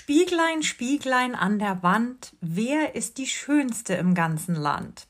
Spieglein, Spieglein an der Wand, wer ist die Schönste im ganzen Land?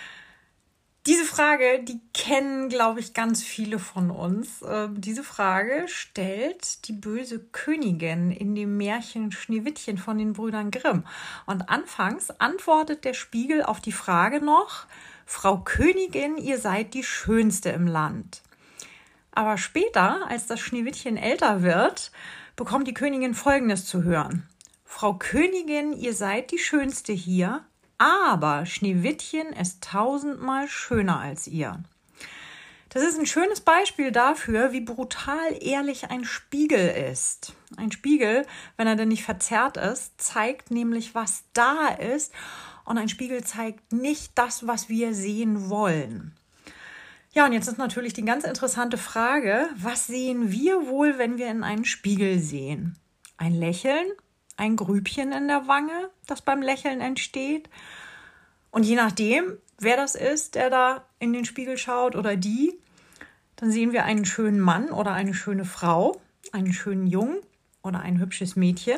Diese Frage, die kennen, glaube ich, ganz viele von uns. Diese Frage stellt die böse Königin in dem Märchen Schneewittchen von den Brüdern Grimm. Und anfangs antwortet der Spiegel auf die Frage noch: Frau Königin, ihr seid die Schönste im Land. Aber später, als das Schneewittchen älter wird, bekommt die Königin Folgendes zu hören: Frau Königin, ihr seid die Schönste hier, aber Schneewittchen ist 1000-mal schöner als ihr. Das ist ein schönes Beispiel dafür, wie brutal ehrlich ein Spiegel ist. Ein Spiegel, wenn er denn nicht verzerrt ist, zeigt nämlich, was da ist, und ein Spiegel zeigt nicht das, was wir sehen wollen. Ja, und jetzt ist natürlich die ganz interessante Frage: Was sehen wir wohl, wenn wir in einen Spiegel sehen? Ein Lächeln? Ein Grübchen in der Wange, das beim Lächeln entsteht? Und je nachdem, wer das ist, der da in den Spiegel schaut oder die, dann sehen wir einen schönen Mann oder eine schöne Frau, einen schönen Jungen oder ein hübsches Mädchen.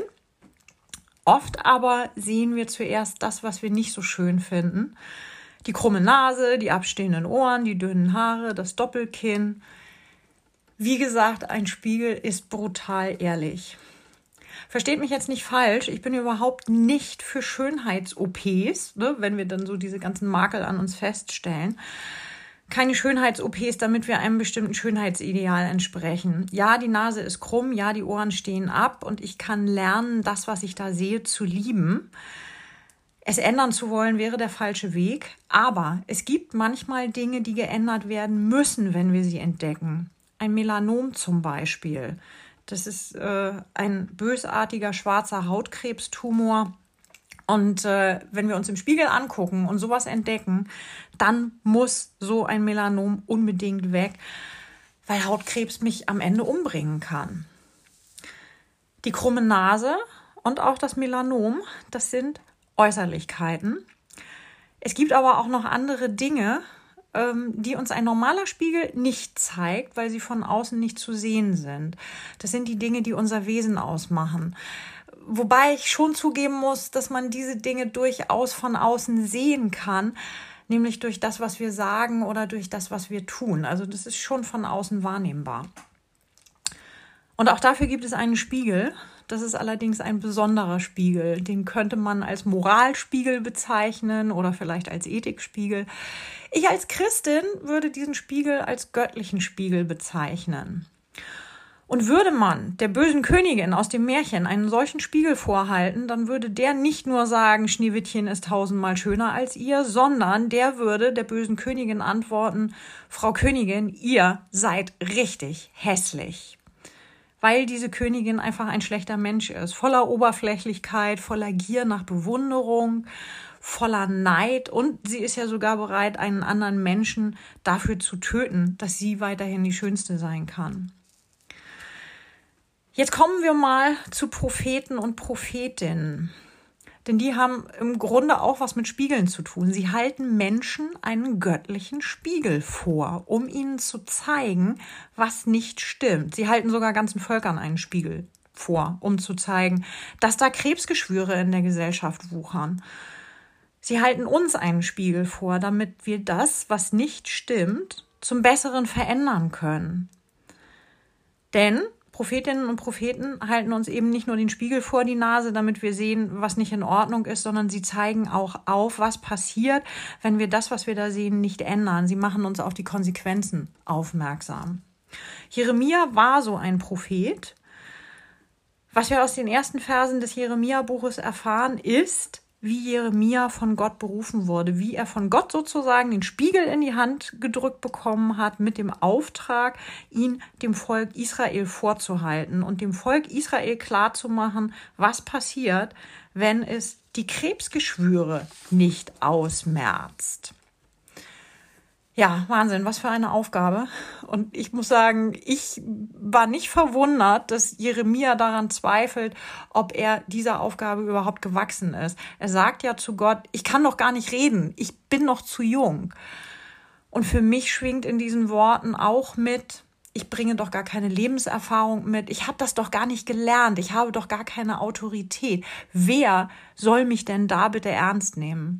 Oft aber sehen wir zuerst das, was wir nicht so schön finden. Die krumme Nase, die abstehenden Ohren, die dünnen Haare, das Doppelkinn. Wie gesagt, ein Spiegel ist brutal ehrlich. Versteht mich jetzt nicht falsch, ich bin überhaupt nicht für Schönheits-OPs, wenn wir dann so diese ganzen Makel an uns feststellen. Keine Schönheits-OPs, damit wir einem bestimmten Schönheitsideal entsprechen. Ja, die Nase ist krumm, ja, die Ohren stehen ab und ich kann lernen, das, was ich da sehe, zu lieben. Es ändern zu wollen, wäre der falsche Weg, aber es gibt manchmal Dinge, die geändert werden müssen, wenn wir sie entdecken. Ein Melanom zum Beispiel. Das ist ein bösartiger schwarzer Hautkrebstumor. Und wenn wir uns im Spiegel angucken und sowas entdecken, dann muss so ein Melanom unbedingt weg, weil Hautkrebs mich am Ende umbringen kann. Die krumme Nase und auch das Melanom, das sind Äußerlichkeiten. Es gibt aber auch noch andere Dinge, die uns ein normaler Spiegel nicht zeigt, weil sie von außen nicht zu sehen sind. Das sind die Dinge, die unser Wesen ausmachen. Wobei ich schon zugeben muss, dass man diese Dinge durchaus von außen sehen kann, nämlich durch das, was wir sagen oder durch das, was wir tun. Also das ist schon von außen wahrnehmbar. Und auch dafür gibt es einen Spiegel. Das ist allerdings ein besonderer Spiegel. Den könnte man als Moralspiegel bezeichnen oder vielleicht als Ethikspiegel. Ich als Christin würde diesen Spiegel als göttlichen Spiegel bezeichnen. Und würde man der bösen Königin aus dem Märchen einen solchen Spiegel vorhalten, dann würde der nicht nur sagen, Schneewittchen ist 1000-mal schöner als ihr, sondern der würde der bösen Königin antworten: Frau Königin, ihr seid richtig hässlich. Weil diese Königin einfach ein schlechter Mensch ist, voller Oberflächlichkeit, voller Gier nach Bewunderung, voller Neid, und sie ist ja sogar bereit, einen anderen Menschen dafür zu töten, dass sie weiterhin die Schönste sein kann. Jetzt kommen wir mal zu Propheten und Prophetinnen. Denn die haben im Grunde auch was mit Spiegeln zu tun. Sie halten Menschen einen göttlichen Spiegel vor, um ihnen zu zeigen, was nicht stimmt. Sie halten sogar ganzen Völkern einen Spiegel vor, um zu zeigen, dass da Krebsgeschwüre in der Gesellschaft wuchern. Sie halten uns einen Spiegel vor, damit wir das, was nicht stimmt, zum Besseren verändern können. Denn Prophetinnen und Propheten halten uns eben nicht nur den Spiegel vor die Nase, damit wir sehen, was nicht in Ordnung ist, sondern sie zeigen auch auf, was passiert, wenn wir das, was wir da sehen, nicht ändern. Sie machen uns auf die Konsequenzen aufmerksam. Jeremia war so ein Prophet. Was wir aus den ersten Versen des Jeremia-Buches erfahren, ist, wie Jeremia von Gott berufen wurde, wie er von Gott sozusagen den Spiegel in die Hand gedrückt bekommen hat, mit dem Auftrag, ihn dem Volk Israel vorzuhalten und dem Volk Israel klarzumachen, was passiert, wenn es die Krebsgeschwüre nicht ausmerzt. Ja, Wahnsinn, was für eine Aufgabe. Und ich muss sagen, ich war nicht verwundert, dass Jeremia daran zweifelt, ob er dieser Aufgabe überhaupt gewachsen ist. Er sagt ja zu Gott: Ich kann doch gar nicht reden, ich bin noch zu jung. Und für mich schwingt in diesen Worten auch mit: ich bringe doch gar keine Lebenserfahrung mit, ich habe das doch gar nicht gelernt, ich habe doch gar keine Autorität. Wer soll mich denn da bitte ernst nehmen?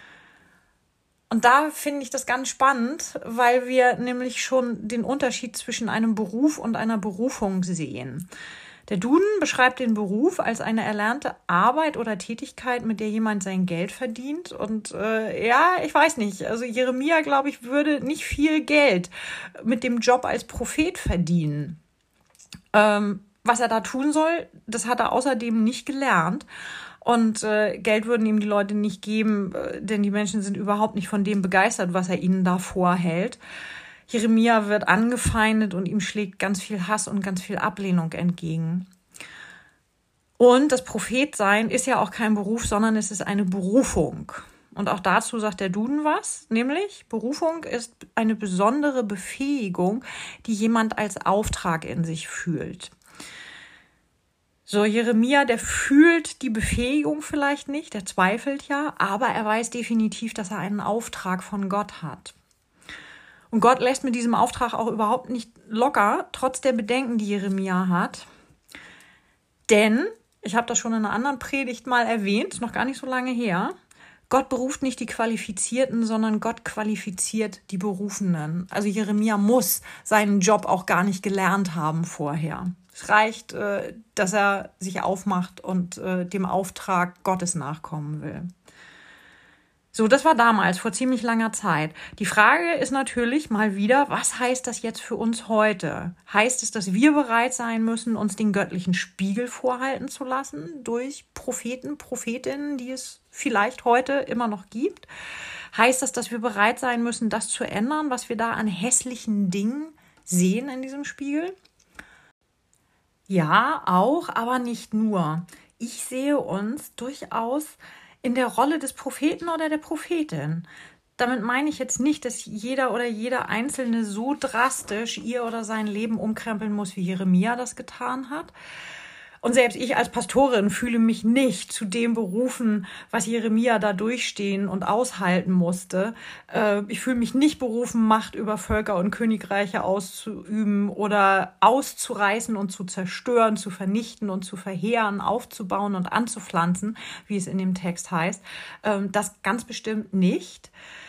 Und da finde ich das ganz spannend, weil wir nämlich schon den Unterschied zwischen einem Beruf und einer Berufung sehen. Der Duden beschreibt den Beruf als eine erlernte Arbeit oder Tätigkeit, mit der jemand sein Geld verdient. Und ich weiß nicht, also Jeremia, glaube ich, würde nicht viel Geld mit dem Job als Prophet verdienen. Was er da tun soll, das hat er außerdem nicht gelernt. Und Geld würden ihm die Leute nicht geben, denn die Menschen sind überhaupt nicht von dem begeistert, was er ihnen da vorhält. Jeremia wird angefeindet und ihm schlägt ganz viel Hass und ganz viel Ablehnung entgegen. Und das Prophetsein ist ja auch kein Beruf, sondern es ist eine Berufung. Und auch dazu sagt der Duden was, nämlich Berufung ist eine besondere Befähigung, die jemand als Auftrag in sich fühlt. So, Jeremia, der fühlt die Befähigung vielleicht nicht, der zweifelt ja, aber er weiß definitiv, dass er einen Auftrag von Gott hat. Und Gott lässt mit diesem Auftrag auch überhaupt nicht locker, trotz der Bedenken, die Jeremia hat. Denn, ich habe das schon in einer anderen Predigt mal erwähnt, noch gar nicht so lange her, Gott beruft nicht die Qualifizierten, sondern Gott qualifiziert die Berufenen. Also Jeremia muss seinen Job auch gar nicht gelernt haben vorher. Es reicht, dass er sich aufmacht und dem Auftrag Gottes nachkommen will. So, das war damals, vor ziemlich langer Zeit. Die Frage ist natürlich mal wieder, was heißt das jetzt für uns heute? Heißt es, dass wir bereit sein müssen, uns den göttlichen Spiegel vorhalten zu lassen durch Propheten, Prophetinnen, die es vielleicht heute immer noch gibt? Heißt das, dass wir bereit sein müssen, das zu ändern, was wir da an hässlichen Dingen sehen in diesem Spiegel? Ja, auch, aber nicht nur. Ich sehe uns durchaus in der Rolle des Propheten oder der Prophetin. Damit meine ich jetzt nicht, dass jeder oder jede Einzelne so drastisch ihr oder sein Leben umkrempeln muss, wie Jeremia das getan hat. Und selbst ich als Pastorin fühle mich nicht zu dem berufen, was Jeremia da durchstehen und aushalten musste. Ich fühle mich nicht berufen, Macht über Völker und Königreiche auszuüben oder auszureißen und zu zerstören, zu vernichten und zu verheeren, aufzubauen und anzupflanzen, wie es in dem Text heißt. Das ganz bestimmt nicht.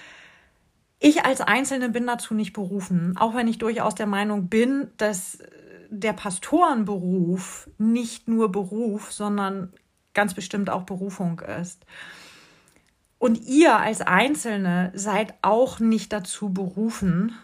Ich als Einzelne bin dazu nicht berufen, auch wenn ich durchaus der Meinung bin, dass der Pastorenberuf nicht nur Beruf, sondern ganz bestimmt auch Berufung ist. Und ihr als Einzelne seid auch nicht dazu berufen,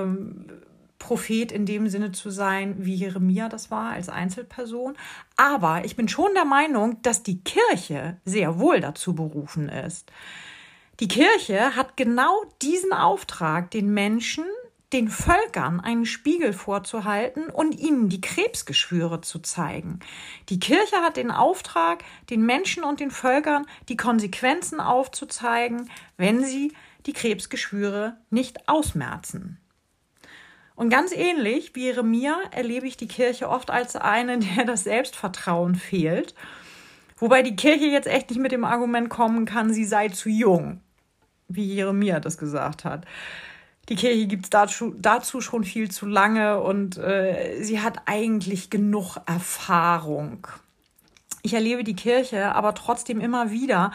Prophet in dem Sinne zu sein, wie Jeremia das war, als Einzelperson. Aber ich bin schon der Meinung, dass die Kirche sehr wohl dazu berufen ist. Die Kirche hat genau diesen Auftrag, den Menschen, den Völkern einen Spiegel vorzuhalten und ihnen die Krebsgeschwüre zu zeigen. Die Kirche hat den Auftrag, den Menschen und den Völkern die Konsequenzen aufzuzeigen, wenn sie die Krebsgeschwüre nicht ausmerzen. Und ganz ähnlich wie Jeremia erlebe ich die Kirche oft als eine, der das Selbstvertrauen fehlt. Wobei die Kirche jetzt echt nicht mit dem Argument kommen kann, sie sei zu jung, wie Jeremia das gesagt hat. Die Kirche gibt es dazu schon viel zu lange und sie hat eigentlich genug Erfahrung. Ich erlebe die Kirche aber trotzdem immer wieder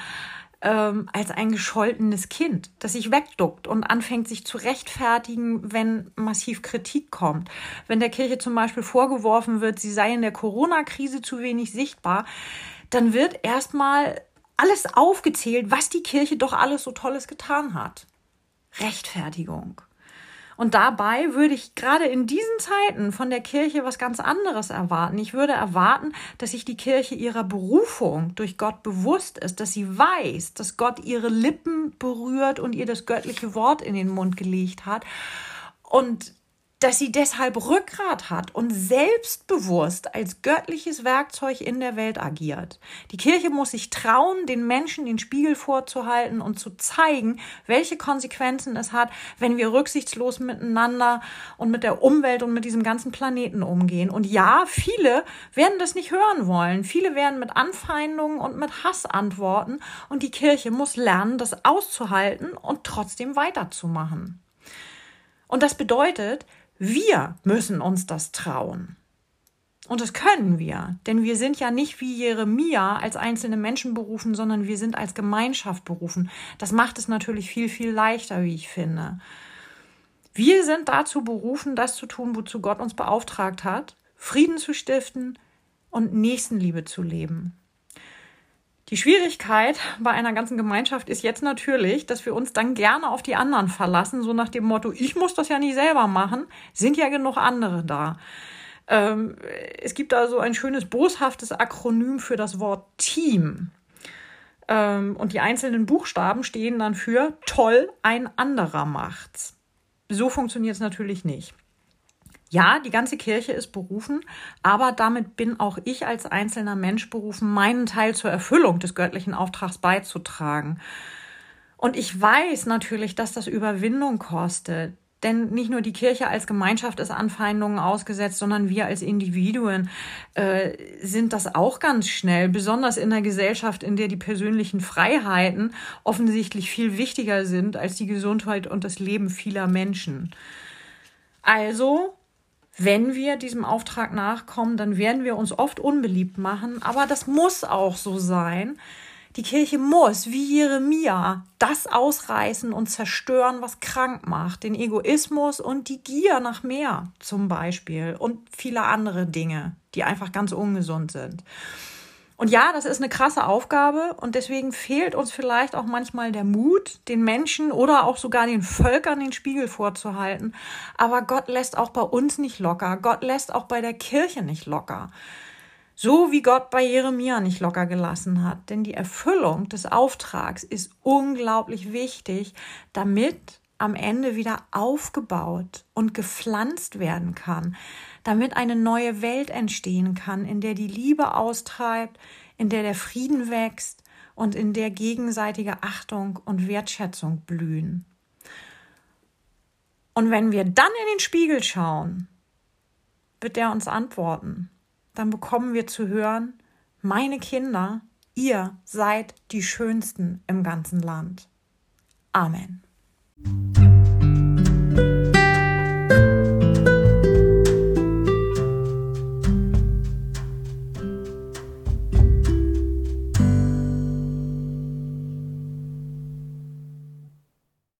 als ein gescholtenes Kind, das sich wegduckt und anfängt, sich zu rechtfertigen, wenn massiv Kritik kommt. Wenn der Kirche zum Beispiel vorgeworfen wird, sie sei in der Corona-Krise zu wenig sichtbar, dann wird erstmal alles aufgezählt, was die Kirche doch alles so Tolles getan hat. Rechtfertigung. Und dabei würde ich gerade in diesen Zeiten von der Kirche was ganz anderes erwarten. Ich würde erwarten, dass sich die Kirche ihrer Berufung durch Gott bewusst ist, dass sie weiß, dass Gott ihre Lippen berührt und ihr das göttliche Wort in den Mund gelegt hat und dass sie deshalb Rückgrat hat und selbstbewusst als göttliches Werkzeug in der Welt agiert. Die Kirche muss sich trauen, den Menschen den Spiegel vorzuhalten und zu zeigen, welche Konsequenzen es hat, wenn wir rücksichtslos miteinander und mit der Umwelt und mit diesem ganzen Planeten umgehen. Und ja, viele werden das nicht hören wollen. Viele werden mit Anfeindungen und mit Hass antworten. Und die Kirche muss lernen, das auszuhalten und trotzdem weiterzumachen. Und das bedeutet, Wir müssen uns das trauen. Und das können wir, denn wir sind ja nicht wie Jeremia als einzelne Menschen berufen, sondern wir sind als Gemeinschaft berufen. Das macht es natürlich viel, viel leichter, wie ich finde. Wir sind dazu berufen, das zu tun, wozu Gott uns beauftragt hat, Frieden zu stiften und Nächstenliebe zu leben. Die Schwierigkeit bei einer ganzen Gemeinschaft ist jetzt natürlich, dass wir uns dann gerne auf die anderen verlassen, so nach dem Motto, ich muss das ja nicht selber machen, sind ja genug andere da. Es gibt da so ein schönes, boshaftes Akronym für das Wort Team. Und die einzelnen Buchstaben stehen dann für toll, ein anderer macht's. So funktioniert es natürlich nicht. Ja, die ganze Kirche ist berufen, aber damit bin auch ich als einzelner Mensch berufen, meinen Teil zur Erfüllung des göttlichen Auftrags beizutragen. Und ich weiß natürlich, dass das Überwindung kostet. Denn nicht nur die Kirche als Gemeinschaft ist Anfeindungen ausgesetzt, sondern wir als Individuen sind das auch ganz schnell, besonders in einer Gesellschaft, in der die persönlichen Freiheiten offensichtlich viel wichtiger sind als die Gesundheit und das Leben vieler Menschen. Also, wenn wir diesem Auftrag nachkommen, dann werden wir uns oft unbeliebt machen, aber das muss auch so sein. Die Kirche muss, wie Jeremia, das ausreißen und zerstören, was krank macht. Den Egoismus und die Gier nach mehr zum Beispiel und viele andere Dinge, die einfach ganz ungesund sind. Und ja, das ist eine krasse Aufgabe und deswegen fehlt uns vielleicht auch manchmal der Mut, den Menschen oder auch sogar den Völkern den Spiegel vorzuhalten. Aber Gott lässt auch bei uns nicht locker. Gott lässt auch bei der Kirche nicht locker. So wie Gott bei Jeremia nicht locker gelassen hat. Denn die Erfüllung des Auftrags ist unglaublich wichtig, damit am Ende wieder aufgebaut und gepflanzt werden kann. Damit eine neue Welt entstehen kann, in der die Liebe austreibt, in der der Frieden wächst und in der gegenseitige Achtung und Wertschätzung blühen. Und wenn wir dann in den Spiegel schauen, wird er uns antworten. Dann bekommen wir zu hören, meine Kinder, ihr seid die Schönsten im ganzen Land. Amen.